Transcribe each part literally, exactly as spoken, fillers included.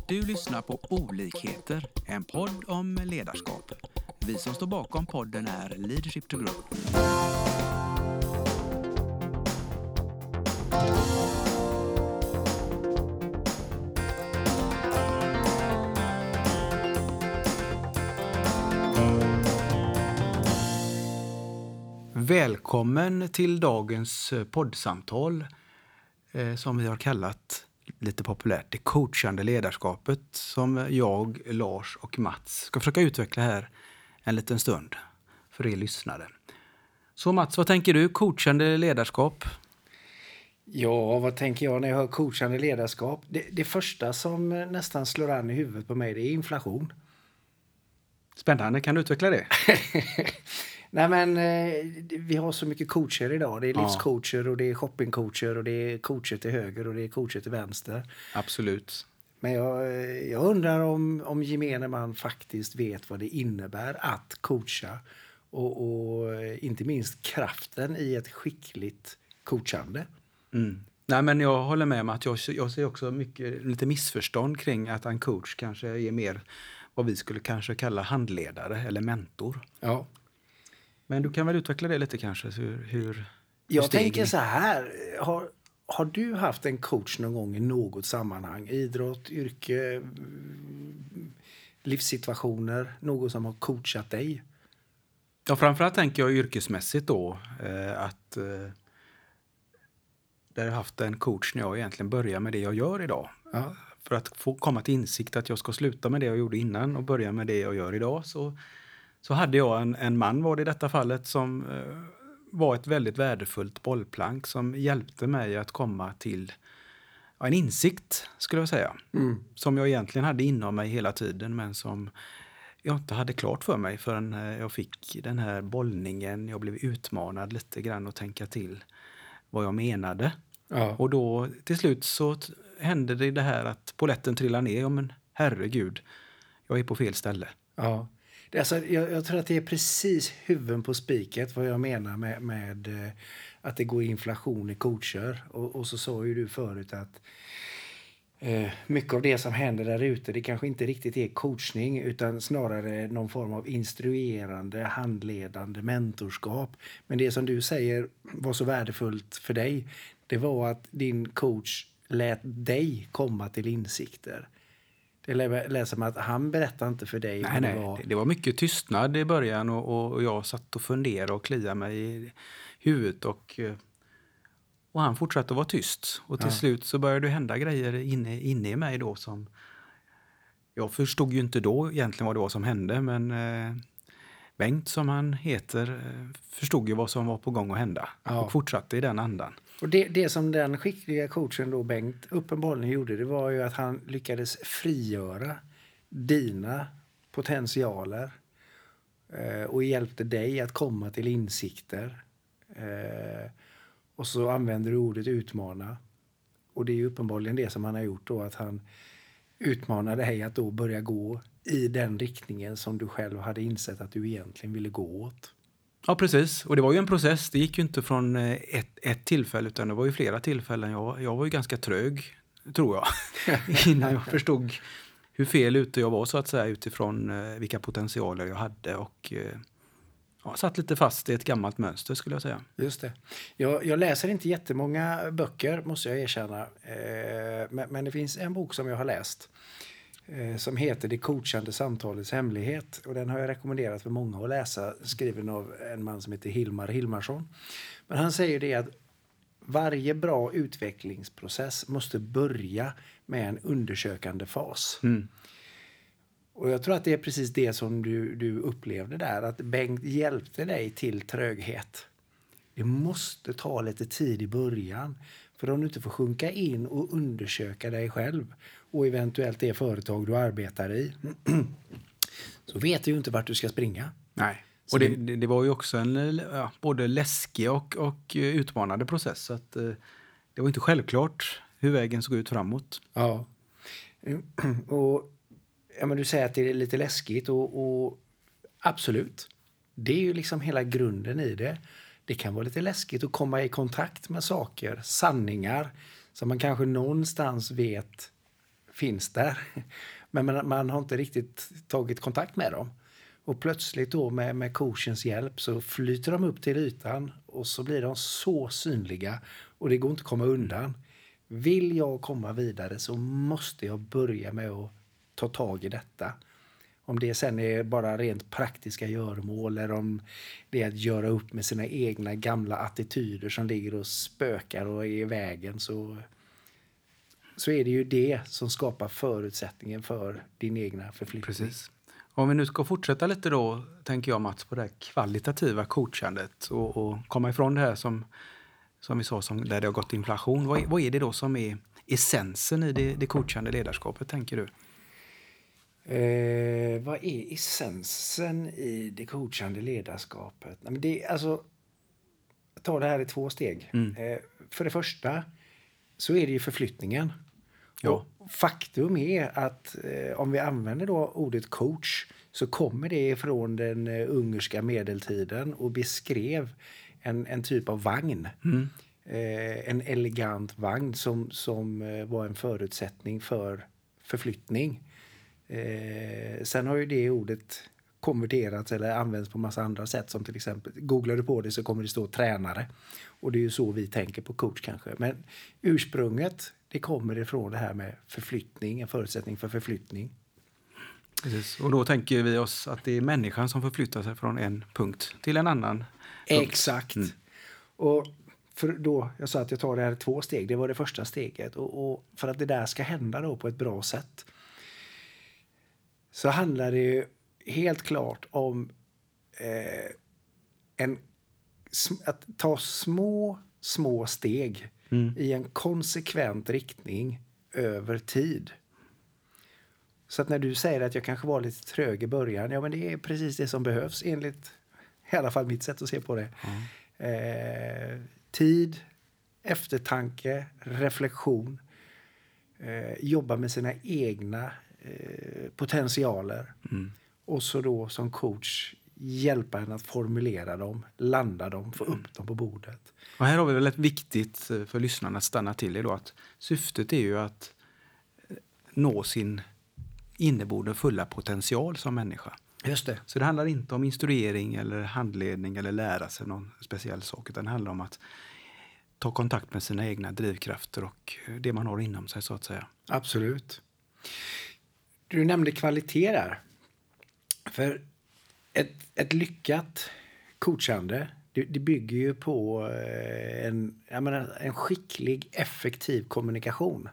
Du lyssnar på Olikheter, en podd om ledarskap. Vi som står bakom podden är Leadership to Grow. Välkommen till dagens poddsamtal eh, som vi har kallat lite populärt det coachande ledarskapet, som jag, Lars och Mats ska försöka utveckla här en liten stund för er lyssnare. Så Mats, vad tänker du? Coachande ledarskap? Ja, vad tänker jag när jag hör coachande ledarskap? Det, det första som nästan slår an i huvudet på mig, det är inflation. Spännande, kan du utveckla det? Nej men, eh, vi har så mycket coacher idag. Det är Ja. livscoacher och det är shoppingcoacher och det är coacher till höger och det är coacher till vänster. Absolut. Men jag, jag undrar om, om gemene man faktiskt vet vad det innebär att coacha. Och, och inte minst kraften i ett skickligt coachande. Mm. Nej, men jag håller med om att jag, jag ser också mycket, lite missförstånd kring att en coach kanske är mer vad vi skulle kanske kalla handledare eller mentor. Ja. Men du kan väl utveckla det lite kanske? Hur, hur Jag tänker så här, har, har du haft en coach någon gång i något sammanhang? Idrott, yrke, livssituationer, något som har coachat dig? Ja, framförallt tänker jag yrkesmässigt då eh, att eh, där jag har haft en coach när jag egentligen börjar med det jag gör idag. Ja. För att få komma till insikt att jag ska sluta med det jag gjorde innan och börja med det jag gör idag, så, så hade jag en, en man var det i detta fallet som eh, var ett väldigt värdefullt bollplank som hjälpte mig att komma till ja, en insikt, skulle jag säga. Mm. Som jag egentligen hade inom mig hela tiden, men som jag inte hade klart för mig förrän jag fick den här bollningen. Jag blev utmanad lite grann att tänka till vad jag menade. Ja. Och då till slut så t- hände det det här att polletten trillade ner. Ja, men herregud, jag är på fel ställe. Ja. Det är alltså, jag, jag tror att det är precis huvuden på spiket vad jag menar med, med eh, att det går inflation i coacher. Och, och så sa ju du förut att eh, mycket av det som händer där ute, det kanske inte riktigt är coachning utan snarare någon form av instruerande, handledande, mentorskap. Men det som du säger var så värdefullt för dig, det var att din coach lät dig komma till insikter. Det läser man att han berättar inte för dig. Nej, det, nej. var... Det, det var mycket tystnad i början och, och jag satt och funderade och kliade mig i huvudet och, och han fortsatte att vara tyst. Och till Ja. slut så började det hända grejer inne, inne i mig då som... Jag förstod ju inte då egentligen vad det var som hände, men eh, Bengt som han heter eh, förstod ju vad som var på gång att hända. Ja. Och fortsatte i den andan. Och det, det som den skickliga coachen då, Bengt, uppenbarligen gjorde, det var ju att han lyckades frigöra dina potentialer eh, och hjälpte dig att komma till insikter. Eh, och så använder du ordet utmana. Och det är ju uppenbarligen det som han har gjort då, att han utmanar dig att då börja gå i den riktningen som du själv hade insett att du egentligen ville gå åt. Ja, precis. Och det var ju en process. Det gick ju inte från ett, ett tillfälle utan det var ju flera tillfällen. Jag, jag var ju ganska trög, tror jag, innan jag förstod hur fel ute jag var så att säga utifrån eh, vilka potentialer jag hade och eh, ja, satt lite fast i ett gammalt mönster skulle jag säga. Just det. Jag, jag läser inte jättemånga böcker, måste jag erkänna. Eh, men, men det finns en bok som jag har läst eh, som heter Det coachande samtalets hemlighet. Och den har jag rekommenderat för många att läsa, skriven av en man som heter Hilmar Hilmarsson. Men han säger det att varje bra utvecklingsprocess måste börja med en undersökande fas. Mm. Och jag tror att det är precis det som du, du upplevde där. Att Bengt hjälpte dig till tröghet. Det måste ta lite tid i början. För om du inte får sjunka in och undersöka dig själv och eventuellt det företag du arbetar i, så vet du ju inte vart du ska springa. Nej. Och det, det, det var ju också en ja, både läskig och, och utmanande process. Så att, eh, det var inte självklart hur vägen såg ut framåt. Ja. Och ja, men du säger att det är lite läskigt och, och absolut. Det är ju liksom hela grunden i det. Det kan vara lite läskigt att komma i kontakt med saker, sanningar som man kanske någonstans vet finns där. Men man, man har inte riktigt tagit kontakt med dem. Och plötsligt då med, med coachens hjälp så flyter de upp till ytan och så blir de så synliga och det går inte att komma undan. Vill jag komma vidare så måste jag börja med att ta tag i detta. Om det sen är bara rent praktiska göromål eller om det är att göra upp med sina egna gamla attityder som ligger och spökar och är i vägen, så, så är det ju det som skapar förutsättningen för din egna förflyttning. Precis. Om vi nu ska fortsätta lite då, tänker jag Mats, på det här kvalitativa coachandet och, och komma ifrån det här som, som vi sa, som, där det har gått inflation. Vad är, vad är det då som är essensen i det, det coachande ledarskapet, tänker du? Eh, vad är essensen i det coachande ledarskapet? Nej, men det, alltså, jag tar det här i två steg. Mm. Eh, för det första så är det ju förflyttningen. Ja. Och faktum är att eh, om vi använder då ordet coach så kommer det från den eh, ungerska medeltiden och beskrev en, en typ av vagn. Mm. Eh, en elegant vagn som, som eh, var en förutsättning för förflyttning. Eh, sen har ju det ordet konverterats eller används på massa andra sätt, som till exempel, googlar du på det så kommer det stå tränare. Och det är ju så vi tänker på coach kanske. Men ursprunget, det kommer ifrån det här med förflyttning, en förutsättning för förflyttning. Precis. Och då tänker vi oss att det är människan som förflyttar sig från en punkt till en annan punkt. Exakt. Mm. Och för då, jag sa att jag tar det här i två steg, det var det första steget. Och, och för att det där ska hända då på ett bra sätt så handlar det ju helt klart om eh, en, att ta små, små steg mm. i en konsekvent riktning över tid. Så att när du säger att jag kanske var lite trög i början, ja men det är precis det som behövs enligt i alla fall mitt sätt att se på det. Mm. Eh, tid, eftertanke, reflektion, eh, jobba med sina egna eh, potentialer mm. och så då som coach hjälpa en att formulera dem, landa dem, få upp dem på bordet. Och här har vi väl ett viktigt för lyssnarna att stanna till i då, att syftet är ju att nå sin inneboende fulla potential som människa. Just det. Så det handlar inte om instruering eller handledning eller lära sig någon speciell sak, utan det handlar om att ta kontakt med sina egna drivkrafter och det man har inom sig, så att säga. Absolut. Du nämnde kvalitet där. För ett, ett lyckat coachande, det, det bygger ju på en, jag menar, en skicklig, effektiv kommunikation.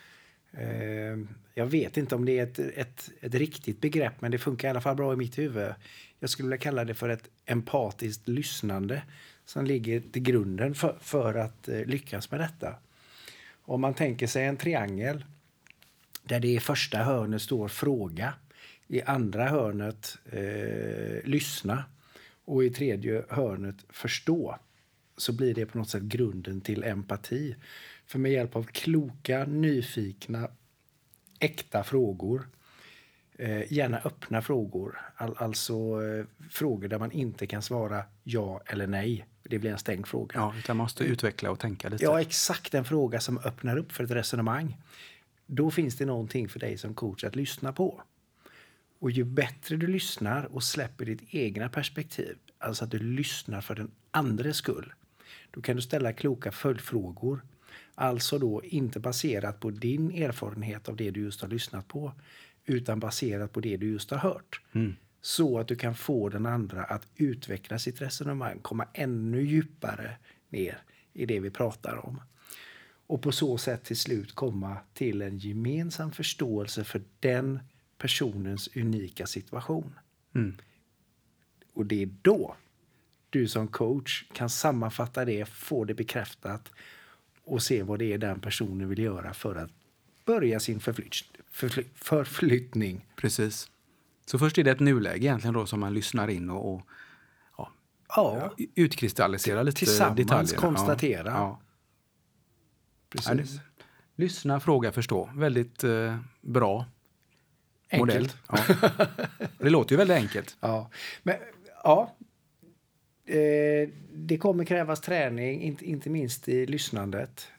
Jag vet inte om det är ett, ett, ett riktigt begrepp, men det funkar i alla fall bra i mitt huvud. Jag skulle vilja kalla det för ett empatiskt lyssnande som ligger till grunden för, för att lyckas med detta. Om man tänker sig en triangel där det i första hörnet står fråga, i andra hörnet eh, lyssna och i tredje hörnet förstå, så blir det på något sätt grunden till empati. För med hjälp av kloka, nyfikna, äkta frågor, eh, gärna öppna frågor, all, alltså eh, frågor där man inte kan svara ja eller nej. Det blir en stängd fråga. Ja, utan man måste utveckla och tänka lite. Ja, exakt, en fråga som öppnar upp för ett resonemang. Då finns det någonting för dig som coach att lyssna på. Och ju bättre du lyssnar och släpper ditt egna perspektiv, alltså att du lyssnar för den andres skull, då kan du ställa kloka följdfrågor. Alltså då inte baserat på din erfarenhet av det du just har lyssnat på, utan baserat på det du just har hört. Mm. Så att du kan få den andra att utveckla sitt resonemang, komma ännu djupare ner i det vi pratar om. Och på så sätt till slut komma till en gemensam förståelse för den personens unika situation. Mm. Och det är då du som coach kan sammanfatta det, få det bekräftat och se vad det är den personen vill göra för att börja sin förflytt, förfly, förflyttning. Precis. Så först är det ett nuläge egentligen då som man lyssnar in och, och ja, ja, utkristalliserar lite tillsammans detaljer. konstatera. Ja, ja. Precis. Ja, det, lyssna, fråga, förstå. Väldigt eh, bra modell. Ja. Det låter ju väldigt enkelt. Ja, men ja. Eh, det kommer krävas träning, inte, inte minst i lyssnandet.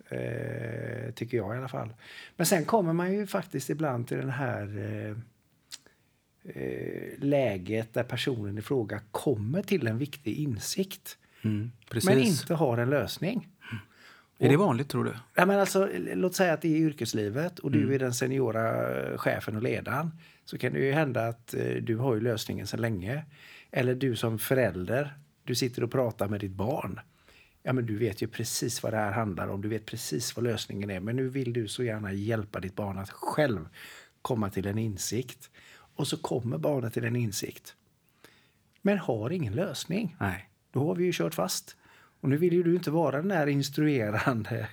Eh, tycker jag i alla fall. Men sen kommer man ju faktiskt ibland till den här eh, eh, läget där personen i fråga kommer till en viktig insikt. Mm, men inte har en lösning. Mm. Är det vanligt, tror du? Ja, men alltså, låt säga att det är i yrkeslivet och du Mm. är den seniora chefen och ledaren. Så kan det ju hända att eh, du har ju lösningen sedan länge. Eller du som förälder, du sitter och pratar med ditt barn. Ja, men du vet ju precis vad det här handlar om. Du vet precis vad lösningen är. Men nu vill du så gärna hjälpa ditt barn att själv komma till en insikt. Och så kommer barnet till en insikt. Men har ingen lösning. Nej. Då har vi ju kört fast. Och nu vill ju du inte vara den där instruerande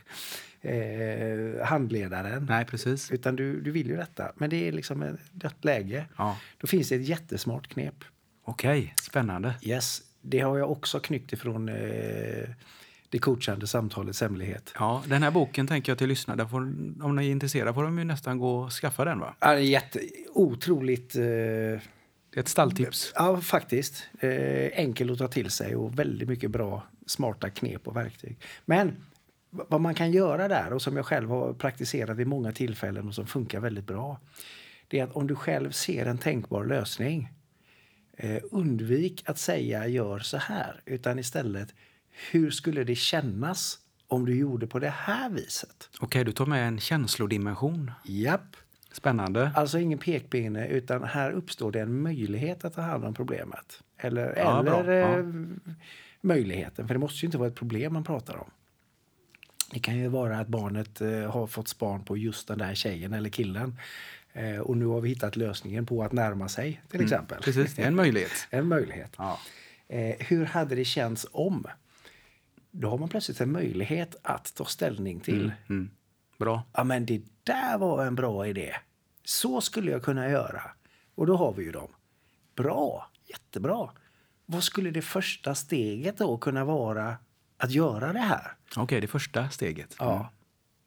eh, handledaren. Nej, precis. Utan du, du vill ju detta. Men det är liksom ett dött läge. Ja. Då finns det ett jättesmart knep. Okej, spännande. Yes, det har jag också knyckt ifrån eh, det coachande samtalets hemlighet. Ja, den här boken tänker jag till lyssnare. Får, om ni är intresserade får de ju nästan gå och skaffa den, va? Ja, det är jätte, otroligt... Eh, det är ett stalltips. Ja, faktiskt. Eh, enkel att ta till sig och väldigt mycket bra, smarta knep och verktyg. Men vad man kan göra där, och som jag själv har praktiserat vid många tillfällen och som funkar väldigt bra, det är att om du själv ser en tänkbar lösning, eh, undvik att säga gör så här, utan istället hur skulle det kännas om du gjorde på det här viset? Okej, du tar med en känslodimension. Japp. Spännande. Alltså ingen pekpinne, utan här uppstår det en möjlighet att ta hand om problemet. Eller, Ja, eller bra. Ja. eh, möjligheten, för det måste ju inte vara ett problem man pratar om. Det kan ju vara att barnet eh, har fått span på just den där tjejen eller killen. Eh, och nu har vi hittat lösningen på att närma sig, till Mm, exempel. precis, det är en möjlighet. En möjlighet. Ja. Eh, hur hade det känts om? Då har man plötsligt en möjlighet att ta ställning till. Mm, mm. Bra. Ja, men det där var en bra idé. Så skulle jag kunna göra. Och då har vi ju dem. Bra, jättebra. Vad skulle det första steget då kunna vara att göra det här? Okej, det första steget. Mm. Ja.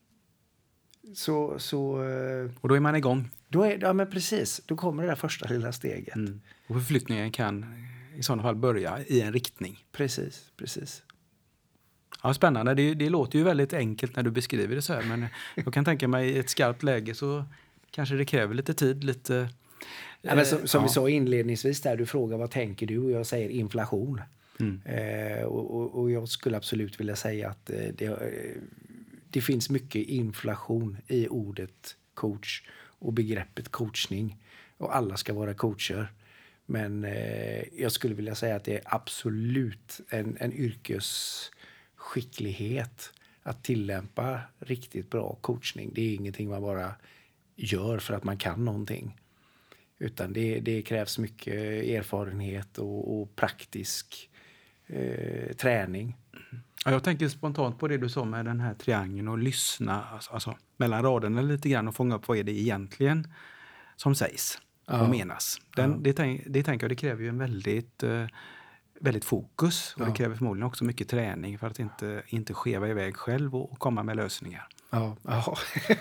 Så, så eh, Och då är man igång. då är, ja, men precis. Då kommer det där första lilla steget. Mm. Och förflyttningen kan i sådana fall börja i en riktning. Precis, precis. Ja, spännande. Det, det låter ju väldigt enkelt när du beskriver det så här. Men jag kan tänka mig i ett skarpt läge så kanske det kräver lite tid, lite... Ja, men som som ja. vi sa inledningsvis där, du frågar vad tänker du och jag säger inflation. Mm. Eh, och, och, och jag skulle absolut vilja säga att eh, det, eh, det finns mycket inflation i ordet coach och begreppet coachning. Och alla ska vara coacher. Men eh, jag skulle vilja säga att det är absolut en, en yrkesskicklighet att tillämpa riktigt bra coachning. Det är ingenting man bara gör för att man kan någonting. Utan det, det krävs mycket erfarenhet och, och praktisk eh, träning. Ja, jag tänker spontant på det du sa med den här triangeln och lyssna alltså, alltså, mellan raderna lite grann och fånga upp vad är det egentligen som sägs Ja. och menas. Den, Ja. det, tänk, det tänker jag det kräver ju en väldigt, eh, väldigt fokus och Ja. det kräver förmodligen också mycket träning för att inte, inte skeva iväg själv och komma med lösningar. Ja, ja.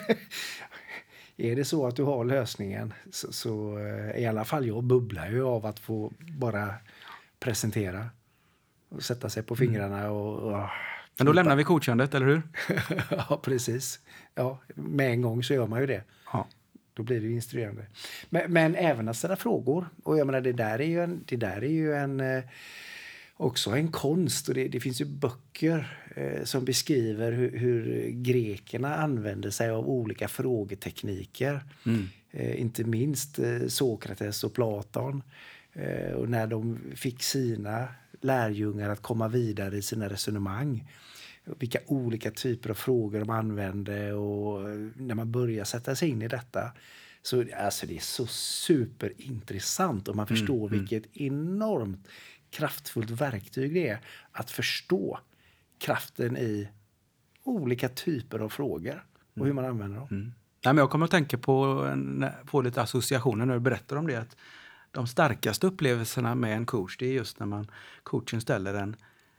Är det så att du har lösningen så, så eh, i alla fall jag bubblar ju av att få bara presentera och sätta sig på fingrarna och... och Men då lämnar vi coachandet, eller hur? ja, precis. Ja, med en gång så gör man ju det. Ja. Då blir det ju instruerande. Men, men även att ställa frågor. Och jag menar, det där är ju en, det där är ju en eh, också en konst. Och det, det finns ju böcker eh, som beskriver hur, hur grekerna använde sig av olika frågetekniker. Mm. Eh, inte minst eh, Sokrates och Platon. Eh, och när de fick sina lärjungar att komma vidare i sina resonemang. Vilka olika typer av frågor de använde och när man börjar sätta sig in i detta så alltså det är så superintressant och man förstår mm, vilket enormt kraftfullt verktyg det är att förstå kraften i olika typer av frågor och hur man använder dem. Mm. Nej, men jag kommer att tänka på, en, på lite associationer när du berättar om det. Att de starkaste upplevelserna med en coach det är just när man, coachen ställer en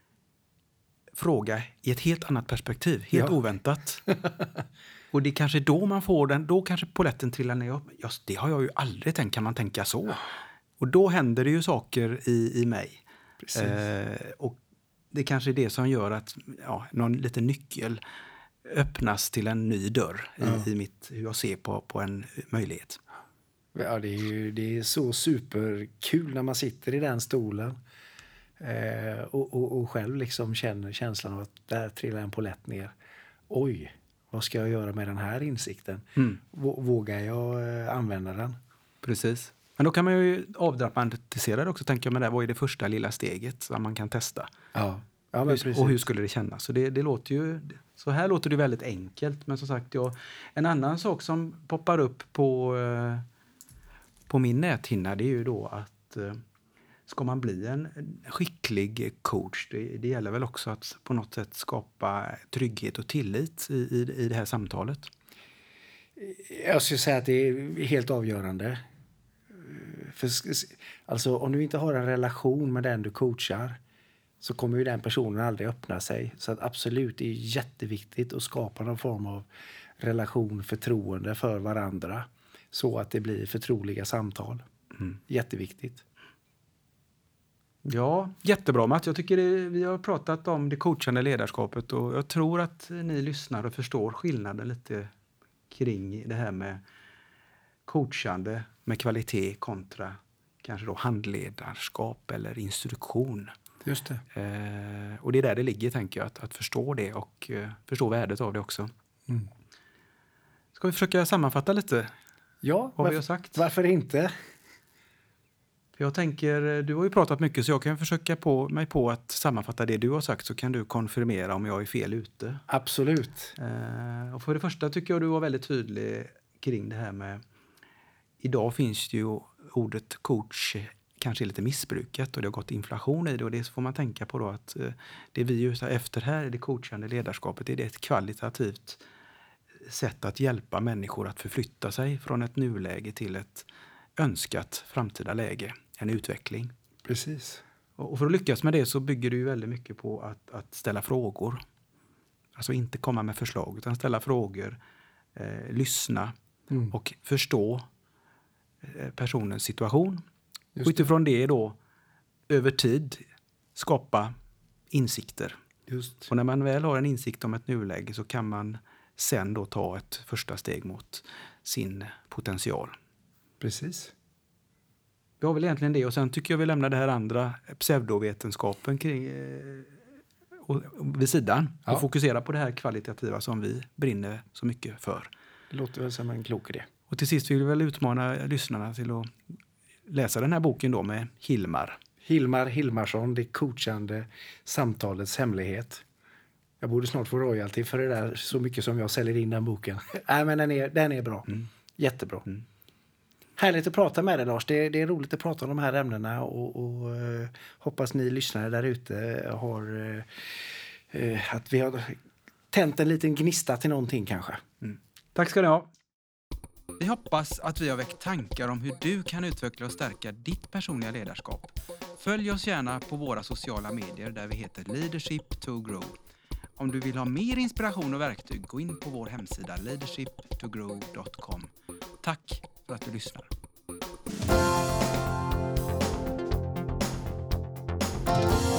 fråga i ett helt annat perspektiv, helt Ja. oväntat. Och det är kanske då man får den, då kanske poletten trillar ner. Just det har jag ju aldrig tänkt, kan man tänka så? Och då händer det ju saker i, i mig. Precis. Eh, och det kanske är det som gör att, ja, någon liten nyckel öppnas till en ny dörr i, Ja. i mitt, hur jag ser på, på en möjlighet. Ja, det är ju det är så superkul när man sitter i den stolen eh, och, och, och själv liksom känner känslan av att där trillar en polett ner. Oj, vad ska jag göra med den här insikten? Mm. Vå- Vågar jag eh, använda den? Precis. Men då kan man ju avdramatisera det också, tänker jag, med det. Vad är det första lilla steget som man kan testa? Ja, ja men Hur, precis. och hur skulle det kännas? Så det, det låter ju, så här låter det väldigt enkelt. Men som sagt, jag, en annan sak som poppar upp på, eh, på min näthinna, det är ju då att eh, ska man bli en skicklig coach, det, det gäller väl också att på något sätt skapa trygghet och tillit i, i, i det här samtalet. Jag skulle säga att det är helt avgörande. För, alltså, om du inte har en relation med den du coachar så kommer ju den personen aldrig öppna sig. Så att absolut, det är jätteviktigt att skapa någon form av relation, förtroende för varandra så att det blir förtroliga samtal. Mm. Jätteviktigt. Ja, jättebra Matt. Jag tycker det, vi har pratat om det coachande ledarskapet och jag tror att ni lyssnar och förstår skillnaden lite kring det här med coachande med kvalitet kontra kanske då handledarskap eller instruktion. Just det. Eh, och det är där det ligger, tänker jag, att, att förstå det och eh, förstå värdet av det också. Mm. Ska vi försöka sammanfatta lite Ja, vad varför, vi har sagt? varför inte? För jag tänker, du har ju pratat mycket så jag kan försöka på mig på att sammanfatta det du har sagt, så kan du konfirmera om jag är fel ute. Absolut. Eh, och för det första tycker jag du var väldigt tydlig kring det här med, idag finns det ju ordet coach kanske är lite missbrukat och det har gått inflation i det, och det får man tänka på då att eh, det vi är ute efter här i det coachande ledarskapet, det är ett kvalitativt sätt att hjälpa människor att förflytta sig från ett nuläge till ett önskat framtida läge, en utveckling. Precis. Och för att lyckas med det så bygger det ju väldigt mycket på att, att ställa frågor. Alltså inte komma med förslag utan ställa frågor, eh, lyssna Mm. och förstå eh, personens situation. Just Och utifrån det då över tid skapa insikter. Just. Och när man väl har en insikt om ett nuläge så kan man sen då ta ett första steg mot sin potential. Precis. Vi har väl egentligen det, och sen tycker jag vi lämnar det här andra pseudovetenskapen kring, eh, och, och vid sidan Ja. och fokusera på det här kvalitativa som vi brinner så mycket för. Det låter väl som en klok idé. Och till sist vill vi väl utmana lyssnarna till att läsa den här boken då med Hilmar. Hilmar Hilmarsson, det coachande samtalets hemlighet. Jag borde snart få royalty för det där, så mycket som jag säljer in den boken. Nej, men den är, den är bra. Mm. Jättebra. Mm. Härligt att prata med dig, Lars. Det är, det är roligt att prata om de här ämnena och, och uh, hoppas ni lyssnare där ute har uh, uh, att vi har tänt en liten gnista till någonting kanske. Mm. Tack ska ni ha. Vi hoppas att vi har väckt tankar om hur du kan utveckla och stärka ditt personliga ledarskap. Följ oss gärna på våra sociala medier där vi heter Leadership to Grow. Om du vill ha mer inspiration och verktyg, gå in på vår hemsida leadership to grow dot com. Tack för att du lyssnar.